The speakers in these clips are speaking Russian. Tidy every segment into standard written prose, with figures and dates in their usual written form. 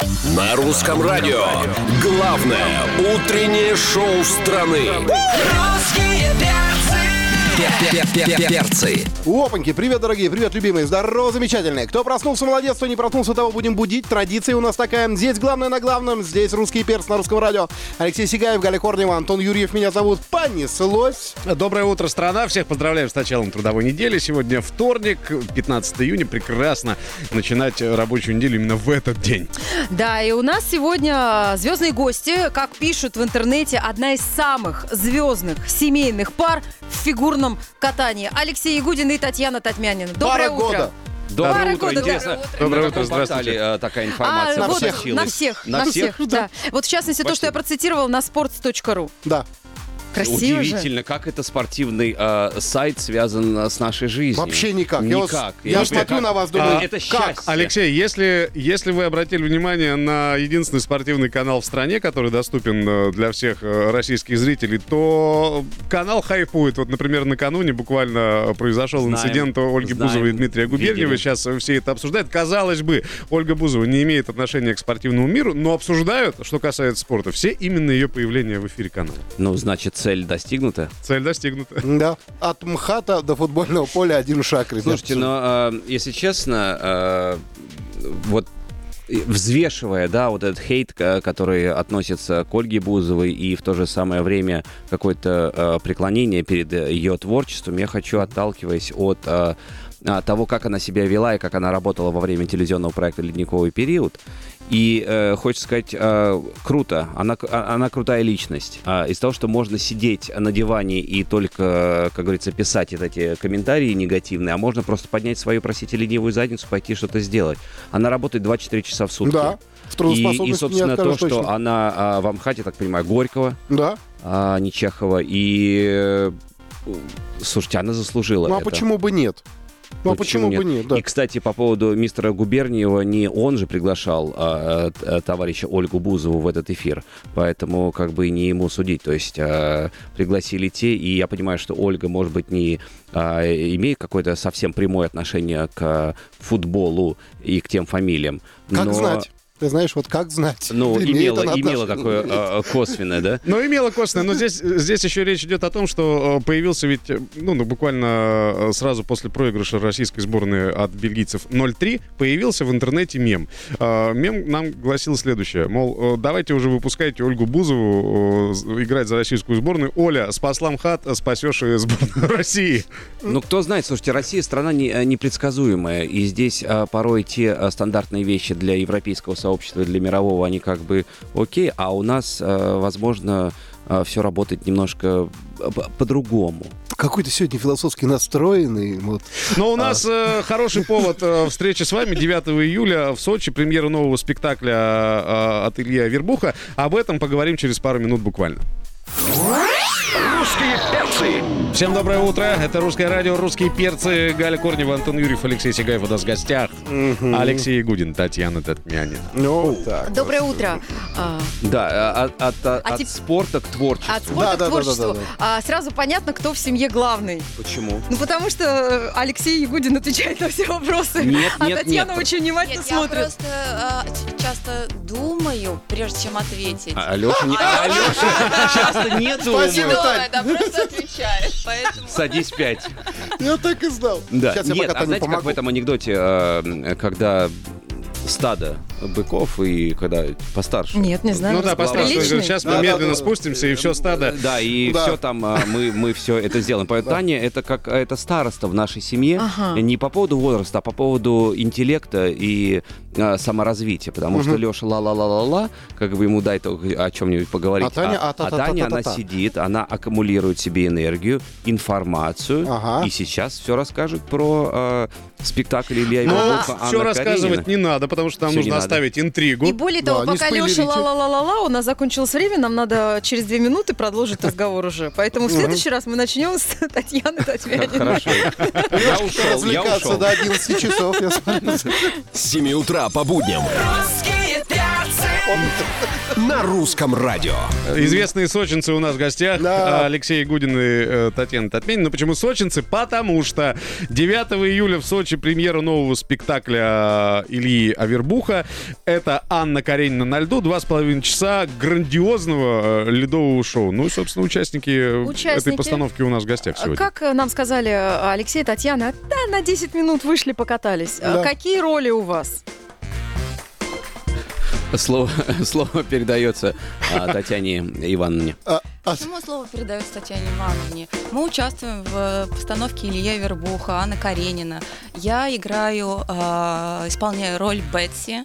На русском радио. Главное утреннее шоу страны. Русские перцы. Опаньки, привет, дорогие, привет, любимые, здорово, замечательные. Кто проснулся, молодец, кто не проснулся, того будем будить. Традиция у нас такая. Здесь главное на главном, здесь русский перц на русском радио. Алексей Сигаев, Галя Корнева, Антон Юрьев, меня зовут. Понеслось. Доброе утро, страна. Всех поздравляем с началом трудовой недели. Сегодня вторник, 15 июня. Прекрасно начинать рабочую неделю именно в этот день. Да, и у нас сегодня звездные гости. Как пишут в интернете, одна из самых звездных семейных пар в фигурном катании. Алексей Ягудин и Татьяна Татьмянина. Доброе утро. Года. Доброе утро, года, интересно. Доброе утро, здравствуйте. Такая информация вот просочилась. на всех, да. Вот в частности, то, что я процитировала на sports.ru. Да. Красиво Удивительно, же. как это спортивный сайт связан с нашей жизнью. Вообще никак. Никак. Я смотрю на вас, думаю, это как? счастье. Алексей, если вы обратили внимание на единственный спортивный канал в стране, который доступен для всех российских зрителей, то канал хайпует. Вот, например, накануне буквально произошел инцидент у Ольги Бузовой и Дмитрия Губерниева. Сейчас все это обсуждают. Казалось бы, Ольга Бузова не имеет отношения к спортивному миру, но обсуждают, что касается спорта, все именно ее появление в эфире канала. Ну, значит, цель достигнута. Цель достигнута. Да. От МХАТа до футбольного поля один шаг, ребят. Слушайте, но если честно, вот взвешивая, да, вот этот хейт, который относится к Ольге Бузовой, и в то же самое время какое-то преклонение перед ее творчеством, я хочу, отталкиваясь от того, как она себя вела и как она работала во время телевизионного проекта «Ледниковый период». И хочется сказать, круто, она крутая личность. Из того, что можно сидеть на диване и только, как говорится, писать эти комментарии негативные, а можно просто поднять свою, простите, ленивую задницу, пойти что-то сделать. Она работает 24 часа в сутки. Да, в трудоспособности и собственно, не то, откажешь что точно. она в Амхате, так понимаю, Горького, Да. не Чехова, и... Слушайте, она заслужила Ну а это. почему бы нет? Ну а почему бы нет? Да. И, кстати, по поводу мистера Губерниева, не он же приглашал товарища Ольгу Бузову в этот эфир, поэтому как бы не ему судить. То есть пригласили те, и я понимаю, что Ольга, может быть, не имеет какое-то совсем прямое отношение к футболу и к тем фамилиям. Как знать? Ты знаешь, вот как знать? Ну, Имеет имело она такое косвенное, да? Ну, имело косвенное, но здесь еще речь идет о том, что появился ведь, буквально сразу после проигрыша российской сборной от бельгийцев 0-3, появился в интернете мем. Мем нам гласил следующее, мол, давайте уже выпускайте Ольгу Бузову играть за российскую сборную. Оля, спасла МХАТ, спасешь и сборную России. Ну, кто знает, слушайте, Россия страна непредсказуемая, и здесь порой те стандартные вещи для европейского сообщества, для мирового, они как бы окей, а у нас, возможно, все работает немножко по-другому. Какой-то сегодня философски настроенный. Вот. Но у нас хороший повод встречи с вами 9 июля в Сочи, премьера нового спектакля от Ильи Авербуха. Об этом поговорим через пару минут буквально. Русские перцы. Всем доброе утро. Это Русское радио, Русские перцы. Галя Корнева, Антон Юрьев, Алексей Сигаев у нас в гостях. Алексей Ягудин, Татьяна Татьмянина. Ну, так. Доброе утро. Да, от спорта к творчеству. От спорта Да. к творчеству. Сразу понятно, кто в семье главный. Почему? Ну, потому что Алексей Ягудин отвечает на все вопросы, Нет, а нет, Татьяна нет. очень внимательно Нет, я смотрит. просто часто думаю, прежде чем ответить. Алеша часто не Спасибо, думает. Тань. Да, просто отвечает, поэтому... Садись 5. Я так и знал. Да. Сейчас я Нет, пока Тане знаете, как помогу. в этом анекдоте, когда стадо быков и когда постарше. Нет, не знаю. Ну да, постарше. Приличный? Сейчас Да, мы медленно да. спустимся, и все стадо. Да, и Да. все там, мы все это сделаем. Поэтому Таня, это как это староста в нашей семье. Ага. Не по поводу возраста, а по поводу интеллекта и саморазвития. Потому что Леша ла-ла-ла-ла-ла, как бы ему дай только о чем-нибудь поговорить. А Таня, Таня, она сидит, она аккумулирует себе энергию, информацию, Ага. и сейчас все расскажет про спектакль Илья Но Авербуха, все Анна рассказывать Каренина. не надо, потому что нам Всё не нужно надо. оставить интригу. И более того, Да, не пока спойлерите. Леша ла-ла-ла-ла-ла, у нас закончилось время, нам надо через 2 минуты продолжить разговор уже. Поэтому в следующий раз мы начнем с Татьяны Татьмяниной. Хорошо. Я ушел, я Развлекаться ушел. до 11 часов, я смотрю. С 7 утра по будням. Русские перцы. На русском радио. Известные сочинцы у нас в гостях. Да. Алексей Гудин и Татьяна Татьмянина. Но почему сочинцы? Потому что 9 июля в Сочи премьера нового спектакля Ильи Авербуха. Это «Анна Каренина на льду». 2,5 часа грандиозного ледового шоу. Ну и, собственно, участники этой постановки у нас в гостях сегодня. Как нам сказали Алексей и Татьяна, да, на 10 минут вышли, покатались. Да. Какие роли у вас? Слово передается Татьяне Ивановне. Почему слово передается Татьяне Ивановне? Мы участвуем в постановке Ильи Авербуха, Анна Каренина. Я исполняю роль Бетси.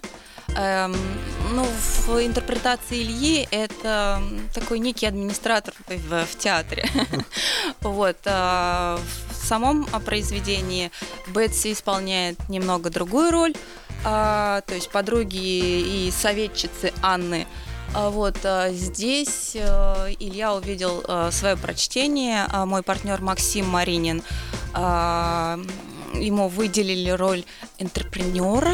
В интерпретации Ильи это такой некий администратор в театре. Вот. В самом произведении Бетси исполняет немного другую роль, то есть подруги и советчицы Анны. Здесь Илья увидел свое прочтение. Мой партнер Максим Маринин, ему выделили роль интерпренера.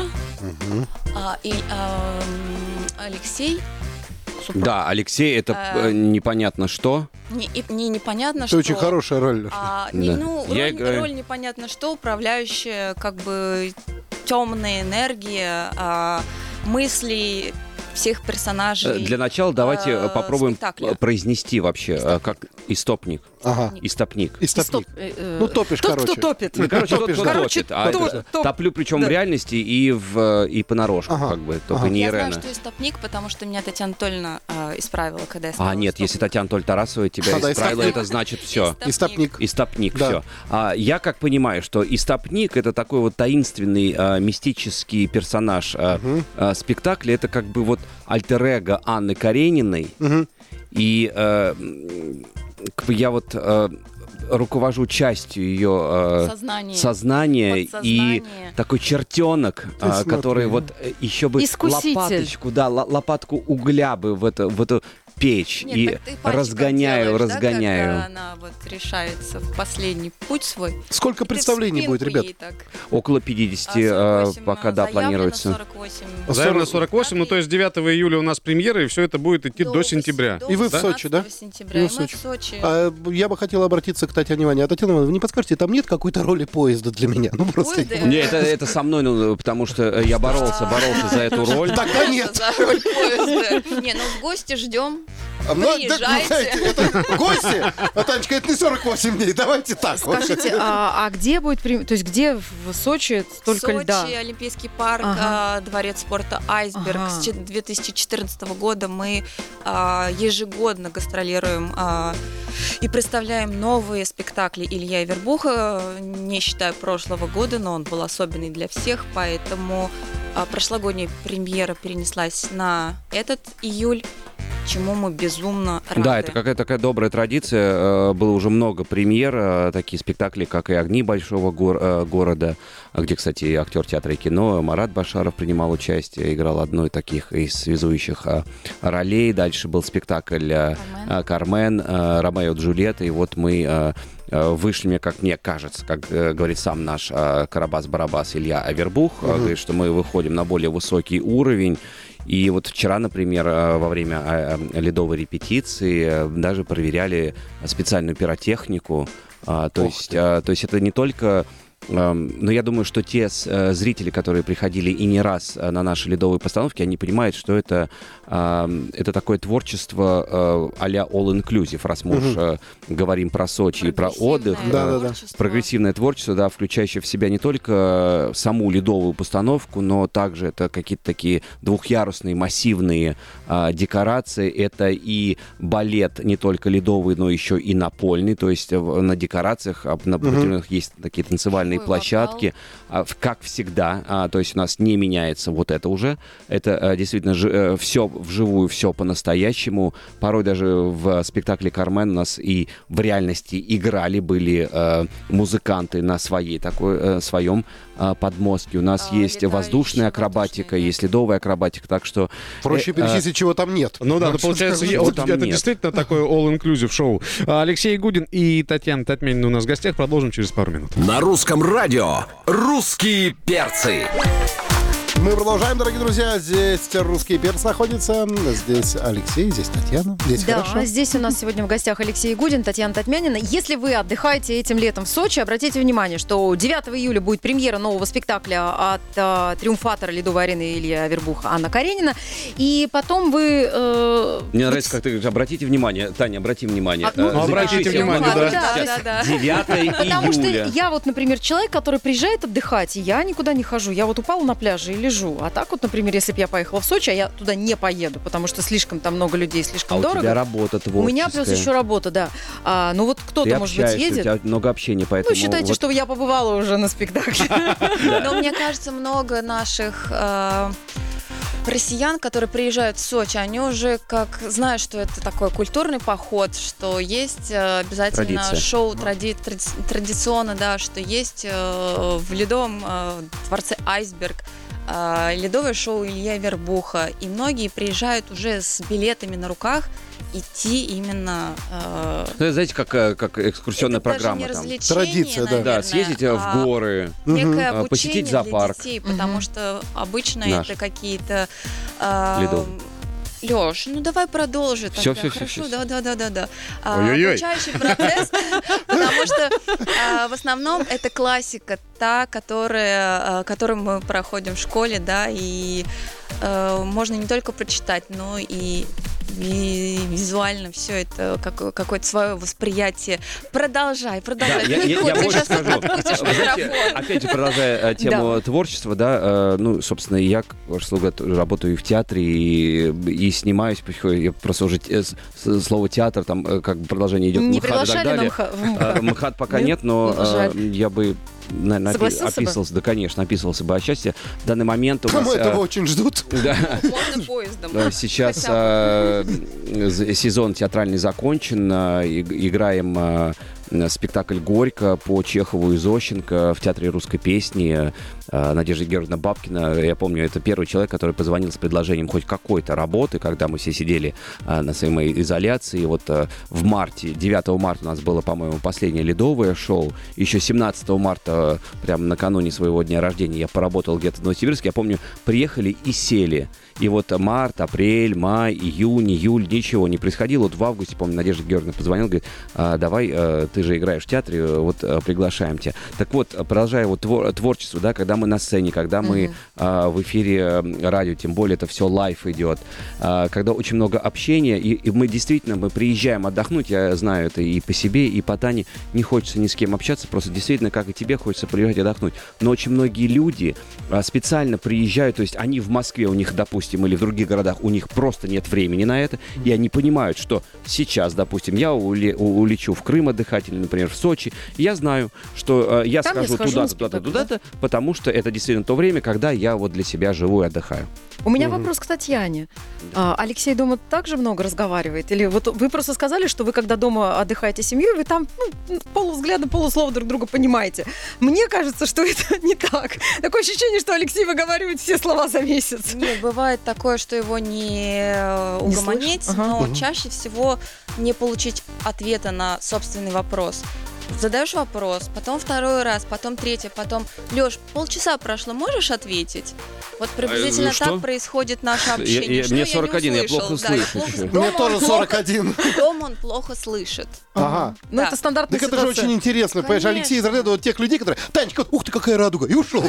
Алексей. Да, Алексей, это непонятно что. Непонятно, Это что. очень хорошая роль. Роль непонятно что, управляющая как бы темная энергия, мысли всех персонажей. Для начала давайте попробуем спектакля. произнести вообще, как истопник. Ага. Истопник. Истопник. Ну, топишь, Тот, короче. кто топит. Ну, короче, тот, Топишь, кто да. топит. Топлю, причем да. в реальности и понарошку, Ага. как бы, только Ага. не Я Ирена. знаю, что истопник, потому что меня Татьяна Анатольевна исправила, когда я сказала Нет, если Татьяна Толь Тарасова тебя Тогда исправила, истопник. это значит все. Истопник. Истопник, Да. все. Я как понимаю, что истопник — это такой вот таинственный, мистический персонаж спектакля. Это как бы вот альтер-эго Анны Карениной. Мгм. И я вот руковожу частью ее сознания и Подсознание. такой чертенок, смотри. который вот еще бы Искуситель. лопатку угля бы в эту печь. Нет, И так ты пальчиком разгоняю. делаешь, да, когда она вот решается в последний путь свой. Сколько И ты в представлений будет, спинку ребят? ей так. Около 50 48, пока, да, заявлено планируется. 48. Заявлено 48, ну то есть 9 июля у нас премьера, и все это будет идти до вось- сентября. до И вы в Сочи, да? 18 сентября. И И вы в мы в Сочи. Сочи. Я бы хотел обратиться к Татьяне Ивановне. Татьяна Ивановна, вы не подскажете, там нет какой-то роли поезда для меня? Ну, просто... Поезда? Не, это со мной, потому что я боролся за эту роль. Тогда нет. За роль поезда. Не, ну в гости ждем. Приезжайте. Это гости. Танечка, это не 48 дней. Давайте так. вот. Скажите, а где будет премьера? То есть где в Сочи столько Сочи, льда? Олимпийский парк, Ага. дворец спорта «Айсберг». Ага. С 2014 года мы ежегодно гастролируем и представляем новые спектакли Ильи Авербуха, не считая прошлого года, но он был особенный для всех, поэтому прошлогодняя премьера перенеслась на этот июль, чему мы безумно рады. Да, это какая-то такая добрая традиция. Было уже много премьер, такие спектакли, как и «Огни большого города», где, кстати, и актер театра и кино Марат Башаров принимал участие, играл одну из таких из связующих ролей. Дальше был спектакль «Кармен», «Ромео и Джульетта», и вот мы вышли, как мне кажется, как говорит сам наш Карабас-Барабас Илья Авербух, говорит, что мы выходим на более высокий уровень. И вот вчера, например, во время ледовой репетиции даже проверяли специальную пиротехнику. То есть это не только... Но я думаю, что те зрители, которые приходили и не раз на наши ледовые постановки, они понимают, что это такое творчество а-ля all-inclusive, раз мы уж говорим про Сочи и про отдых. Прогрессивное творчество, да, включающее в себя не только саму ледовую постановку, но также это какие-то такие двухъярусные массивные декорации. Это и балет не только ледовый, но еще и напольный. То есть на декорациях, на определенных есть такие танцевальные площадки, как всегда, то есть у нас не меняется вот это уже, это действительно все вживую, все по-настоящему, порой даже в спектакле «Кармен» у нас и в реальности были музыканты на своем подмостке, у нас есть воздушная акробатика, есть ледовая акробатика, так что... Проще перечислить, чего там нет. Ну да, получается, это действительно такое all-inclusive шоу. Алексей Гудин и Татьяна Татьмянина у нас в гостях, продолжим через пару минут. На русском радио «Русские перцы». Мы продолжаем, дорогие друзья. Здесь русский перц находится. Здесь Алексей, здесь Татьяна. Здесь Да, хорошо. здесь у нас сегодня в гостях Алексей Гудин, Татьяна Татьмянина. Если вы отдыхаете этим летом в Сочи, обратите внимание, что 9 июля будет премьера нового спектакля от триумфатора Ледовой арены Илья Авербуха Анна Каренина. И потом вы... Мне нравится, как ты говоришь, обратите внимание. Таня, обрати внимание. Обратите внимание, да. 9 Потому что июля. я вот, например, человек, который приезжает отдыхать, и я никуда не хожу. Я вот упала на пляже и лежу. А так вот, например, если бы я поехала в Сочи, а я туда не поеду, потому что слишком там много людей, слишком А у дорого. тебя работа творческая. У меня плюс еще работа, да. Ну вот кто-то, Ты может быть, общаешься, у едет. тебя много общения, поэтому... Ну, считайте, вот- что я побывала уже на спектакле. Но мне кажется, много наших россиян, которые приезжают в Сочи, они уже как знают, что это такой культурный поход, что есть обязательно Традиция. шоу традиционно, да, что есть в Ледовом дворце «Айсберг» ледовое шоу Илья Вербуха. И многие приезжают уже с билетами на руках идти именно... Ну, это, знаете, как экскурсионная это даже программа не там. развлечение, Традиция, да. наверное, Да, съездить в горы. некое Мгм. обучение Посетить зоопарк. для детей, потому что обычно Наш. это какие-то... Ледовый. Лёш, ну давай продолжи тогда. Всё. Хорошо, да. Ой-ой-ой. Обучающий процесс, потому что в основном это классика, та, которую мы проходим в школе, да, и можно не только прочитать, но и визуально все это какое-то свое восприятие. Продолжай. Да, я Хоть ты больше сейчас скажу. отпустишь Вы знаете, микрофон. опять же, продолжая тему творчества, да, ну, собственно, я, как ваш слуга, тоже работаю и в театре, и снимаюсь, я просто уже слово театр, там, как бы продолжение идет, Не МХАТ и так приглашали на далее. МХАТ? МХАТ пока Нет? нет, но Жаль. я бы, наверное, Согласился бы? описывался, да, конечно, описывался бы о счастье. В данный момент у Там нас... этого очень ждут. Да. Можно поездом. Сейчас Хотя сезон театральный закончен. Играем спектакль «Горько» по Чехову и Зощенко в Театре русской песни. Надежда Георгиевна Бабкина, я помню, это первый человек, который позвонил с предложением хоть какой-то работы, когда мы все сидели на самоизоляции. Вот в марте, 9 марта у нас было, по-моему, последнее ледовое шоу. Еще 17 марта, прямо накануне своего дня рождения, я поработал где-то в Новосибирске. Я помню, приехали и сели. И вот март, апрель, май, июнь, июль, ничего не происходило. Вот в августе, помню, Надежда Георгиевна позвонила, говорит, давай, ты же играешь в театре, вот приглашаем тебя. Так вот, продолжая вот творчество, да, когда мы на сцене, когда мы в эфире радио, тем более это все лайв идет, когда очень много общения, и мы действительно, мы приезжаем отдохнуть, я знаю это и по себе, и по Тане, не хочется ни с кем общаться, просто действительно, как и тебе, хочется приезжать отдохнуть. Но очень многие люди специально приезжают, то есть они в Москве, у них, допустим, или в других городах, у них просто нет времени на это, и они понимают, что сейчас, допустим, я улечу в Крым отдыхать, или, например, в Сочи, и я знаю, что я Там я схожу схожу на туда-то, туда-то, спектакль, туда-то, потому что это действительно то время, когда я вот для себя живу и отдыхаю. У меня вопрос к Татьяне. Алексей дома также много разговаривает? Или вот вы просто сказали, что вы, когда дома отдыхаете с семьей, вы там полувзгляда, полуслова друг друга понимаете. Мне кажется, что это не так. Такое ощущение, что Алексей выговаривает все слова за месяц. Нет, бывает такое, что его не угомонить, слышишь? Ага. но чаще всего не получить ответа на собственный вопрос. Задаешь вопрос, потом второй раз, потом третий, потом Лёш, полчаса прошло, можешь ответить? Вот приблизительно что? так происходит наше общение. Я- Что мне не 41, я услышал? плохо Да, слышу плохо- чуть-чуть. дома Мне тоже он плохо- 41. Дома он плохо слышит. Ага. Ну, Да. это стандартная Так это же ситуация. очень интересно, понимаешь, Конечно. Алексей из разряда вот тех людей, которые, Танечка, ух ты, какая радуга, и ушел.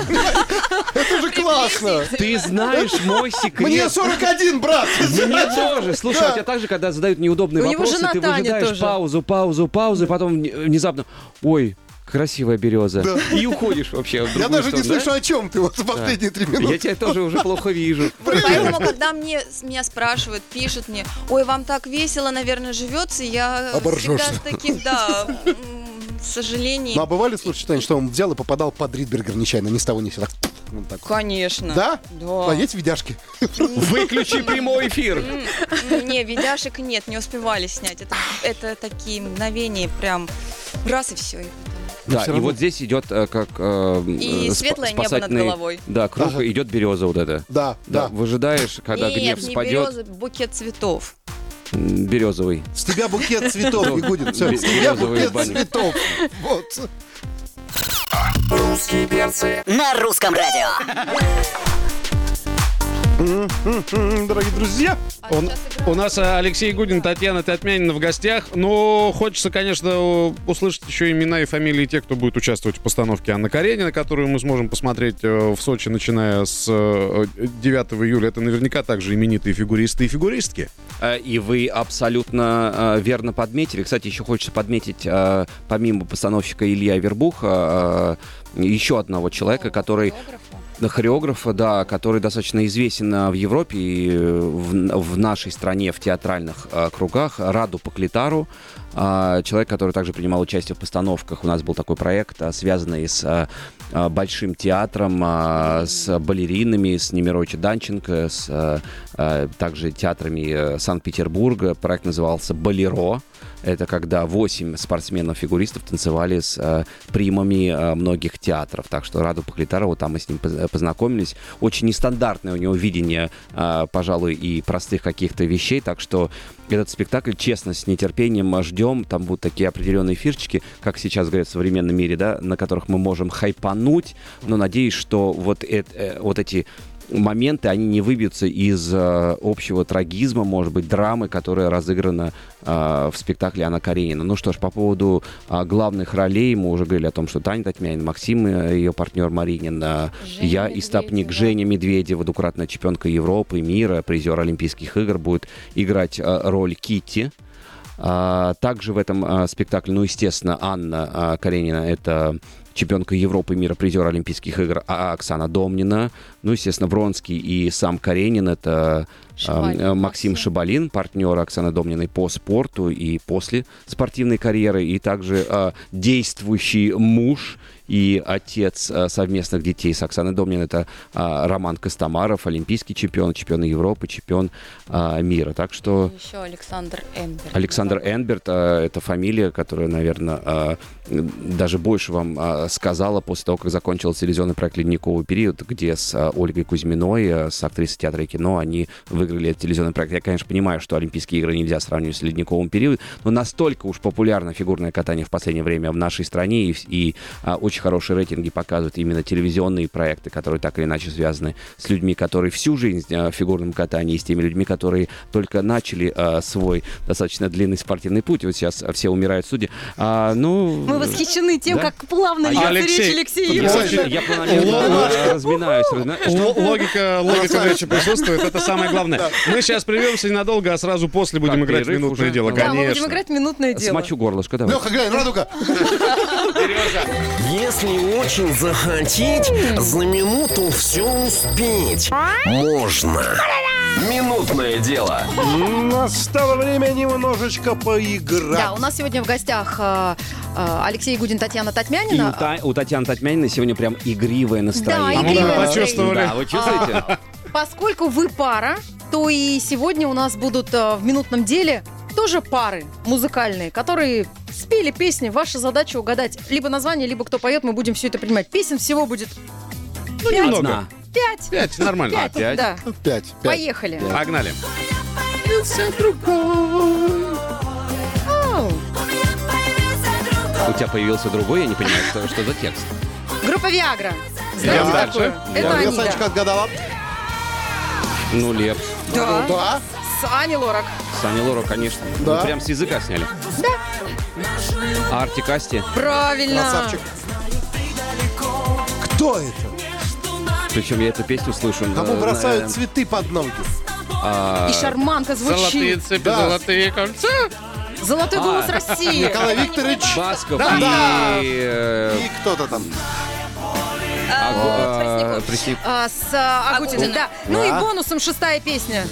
Это же классно. Ты знаешь мой секрет. Мне 41, брат. Мне тоже. Слушай, Да. а у тебя так же, когда задают неудобные У него вопросы, жена ты Таня выжидаешь тоже. паузу, и потом внезапно, ой, красивая береза. И уходишь вообще в Я другую даже не сторону, да? слышу, о чем ты вот за последние 3 Я минуты. тебя тоже уже плохо вижу. Поэтому, когда меня спрашивают, пишут мне, ой, вам так весело, наверное, живется, я Оборжешься. всегда с таким, да, сожалением. Ну, а бывали случаи, Тань, что он взял и попадал под Ридбергер нечаянно, ни с того ни с сего. Так, вот так. Конечно. Да? Да. А есть видяшки? Выключи прямой эфир. Не, видяшек нет, не успевали снять. Это такие мгновения, прям раз и все. Да, всё и равно. вот здесь идет как И светлое небо над спасательный- головой. Да, круг, Ага. идет береза вот эта. Да, Да, да. выжидаешь, когда Нет, гнев не спадет, береза, букет цветов. березовый. С тебя букет цветов, Ягудин. Все, с тебя Березовые букет бани. цветов. Вот. Русские перцы. На русском радио. Дорогие друзья, У нас Алексей Гудин, Татьяна Татьмянина в гостях. Но хочется, конечно, услышать еще имена и фамилии тех, кто будет участвовать в постановке Анны Каренина, которую мы сможем посмотреть в Сочи, начиная с 9 июля. Это наверняка также именитые фигуристы и фигуристки. И вы абсолютно верно подметили. Кстати, еще хочется подметить, помимо постановщика Ильи Авербуха, еще одного человека, который... Хореографа, да, который достаточно известен в Европе и в нашей стране в театральных кругах, Раду Поклитару, человек, который также принимал участие в постановках. У нас был такой проект, связанный с Большим театром, с балеринами, с Немировичем Данченко, с также театрами Санкт-Петербурга. Проект назывался «Болеро». Это когда 8 спортсменов-фигуристов танцевали с примами многих театров. Так что Раду Поклитарову, там мы с ним познакомились. Очень нестандартное у него видение, пожалуй, и простых каких-то вещей. Так что этот спектакль, честно, с нетерпением ждем. Там будут такие определенные эфирчики, как сейчас говорят в современном мире, да, на которых мы можем хайпануть. Но надеюсь, что вот эти моменты, они не выбьются из общего трагизма, может быть, драмы, которая разыграна в спектакле Анна Каренина. Ну что ж, по поводу главных ролей, мы уже говорили о том, что Таня Татьмянина, Максим, ее партнер Маринин, я, истопник Женя Медведева, двукратная чемпионка Европы, мира, призер Олимпийских игр, будет играть роль Китти. Также в этом спектакле, ну, естественно, Анна Каренина — это чемпионка Европы, мира, призер Олимпийских игр, Оксана Домнина. Ну, естественно, Вронский и сам Каренин — это Максим Шабалин, партнер Оксаны Домниной по спорту и после спортивной карьеры, и также действующий муж и отец совместных детей с Оксаной Домниной — это Роман Костомаров, олимпийский чемпион, чемпион Европы, чемпион мира. Так что... Еще Александр Энберт. Александр Энберт — это фамилия, которая, наверное, даже больше вам сказала после того, как закончился телевизионный проект «Ледниковый период», где с Ольгой Кузьминой, с актрисой театра и кино, они выиграли этот телевизионный проект. Я, конечно, понимаю, что Олимпийские игры нельзя сравнивать с «Ледниковым периодом», но настолько уж популярно фигурное катание в последнее время в нашей стране, и очень хорошие рейтинги показывают именно телевизионные проекты, которые так или иначе связаны с людьми, которые всю жизнь в фигурном катании, и с теми людьми, которые только начали свой достаточно длинный спортивный путь. Вот сейчас все умирают в суде. Мы восхищены тем, да? как плавно льется речь Алексея. Я планомерно разминаюсь. Логика речи присутствует, это самое главное. Мы сейчас прервемся ненадолго, а сразу после будем играть в «Минутное дело». Да, мы будем Конечно. играть в «Минутное дело». Смочу горлышко, давай. Леха, глянь, Радуга. Если очень захотеть, за минуту все успеть можно. Минутное дело. Настало время немножечко поиграть. Да, у нас сегодня в гостях Алексей Гудин, Татьяна Татьмянина. У Татьяны Татьмяниной сегодня прям игривое настроение. Да, игривое мы почувствовали. Да, вы чувствуете? Поскольку вы пара, то и сегодня у нас будут в «Минутном деле» тоже пары музыкальные, которые спели песни. Ваша задача угадать либо название, либо кто поет. Мы будем все это принимать. Песен всего будет Немного. 5. 5, нормально. 5, да. 5. Поехали. Погнали. У тебя появился другой, я не понимаю, что за текст. Группа «Виагра». Знаете Идем дальше. такое? Это Я, они, Санечка, да. отгадала. Ну, Лепс. Да. Да. С Ани Лорак. Саня Лоро, конечно. Да. Ну, прям с языка сняли. Да. А Артик Асти? Правильно. Красавчик. Кто это? Причем я эту песню слышу. Кому бросают цветы под ноги? И шарманка Золотые звучит. цепи, Да. золотые кольца. Золотой голос России. Николай Викторович. Басков Да. и... И кто-то там. Пресняк. С Агутиным, да. Ну и бонусом 6-я песня.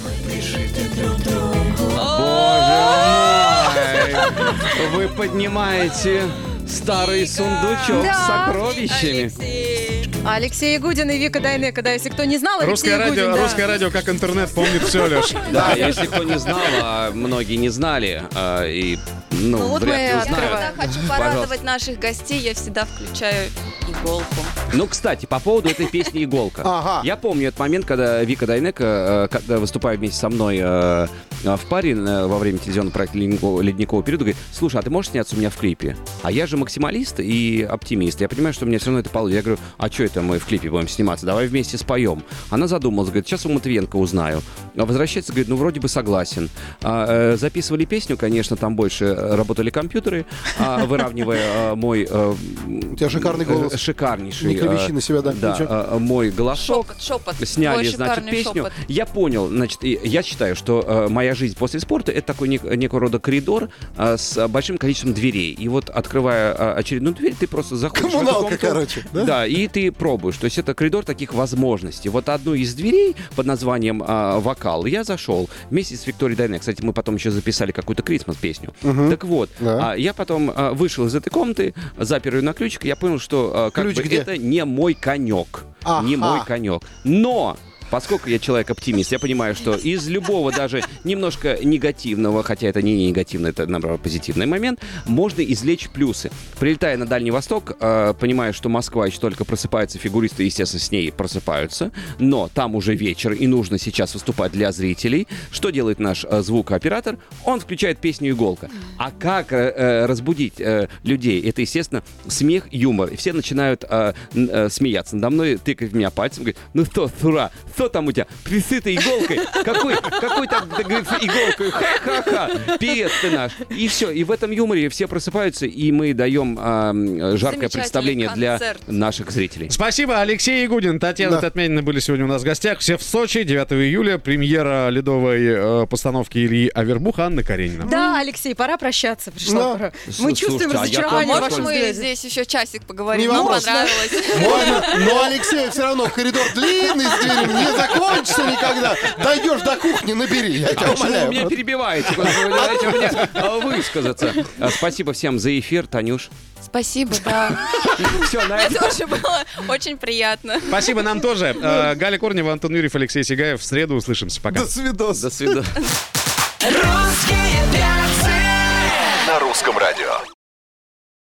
Вы поднимаете старый сундучок Да. с сокровищами. Алексей Гудин и Вика Дайнека. Да, если кто не знал, Алексей Гудин, да. Русское радио, как интернет, помнит все, Леш. Да, если кто не знал, а многие не знали, и Ну, вот вряд мы ли открываем. узнают. Хочу порадовать наших гостей. Я всегда включаю иголку. Ну, кстати, по поводу этой песни «Иголка». Ага. Я помню этот момент, когда Вика Дайнеко, когда выступая вместе со мной в паре во время телевизионного проекта «Ледникового периода», говорит: слушай, а ты можешь сняться у меня в клипе? А я же максималист и оптимист. Я понимаю, что у меня все равно это получится. Я говорю: а что это мы в клипе будем сниматься? Давай вместе споем. Она задумалась, говорит: сейчас у Матвиенко узнаю. Возвращается, говорит: ну, вроде бы согласен. Записывали песню, конечно, там больше работали компьютеры, выравнивая мой... У тебя шикарный голос. Шикарнейший. Не клевещи на себя, да? Да, мой голосок. Шепот. Сняли, Твой значит, шикарный песню. шепот. Я понял, значит, я считаю, что моя жизнь после спорта — это такой некого рода коридор с большим количеством дверей. И вот, открывая очередную дверь, ты просто заходишь в эту Коммуналка, комнату. короче, да? Да, и ты пробуешь. То есть это коридор таких возможностей. Вот одну из дверей под названием «Вокал» я зашел вместе с Викторией Дайнеко. Кстати, мы потом еще записали какую-то Крисмас-песню. Так вот, Да. я потом вышел из этой комнаты, запер ее на ключик, я понял, что как Ключ бы где? это не мой конек. Ага. Не мой конек. Но... Поскольку я человек-оптимист, я понимаю, что из любого даже немножко негативного, хотя это не негативно, это, наоборот, позитивный момент, можно извлечь плюсы. Прилетая на Дальний Восток, понимая, что Москва еще только просыпается, фигуристы, естественно, с ней просыпаются, но там уже вечер, и нужно сейчас выступать для зрителей. Что делает наш звукооператор? Он включает песню «Иголка». А как разбудить людей? Это, естественно, смех, юмор. И все начинают смеяться надо мной, тыкать в меня пальцем, говорит: ну что, Сура, что там у тебя? Присытой иголкой? Какой там, говорится, иголкой? Ха-ха-ха! Певец ты наш! И все. И в этом юморе все просыпаются, и мы даем жаркое представление для наших зрителей. Спасибо. Алексей Ягудин, Татьяна Татмянина были сегодня у нас в гостях. Все в Сочи. 9 июля. Премьера ледовой постановки Ильи Авербуха, Анна Каренина. Да, Алексей, пора прощаться. Пришла Да. пора. Мы чувствуем Слушайте, разочарование. в Может, вашем мы взгляде. здесь еще часик поговорим? Не Вам вопрос. понравилось? Можно, но Алексей все равно коридор длинный с дверью не закончится никогда. Дойдешь до кухни, набери, я тебя А почему вы меня умоляю. перебиваете? Вы дайте мне высказаться. Спасибо всем за эфир, Танюш. Спасибо, да. Все, на Мне этом. тоже было очень приятно. Спасибо нам тоже. Галя Корнева, Антон Юрьев, Алексей Сигаев. В среду услышимся. Пока. До свидос. До свидания. На русском радио.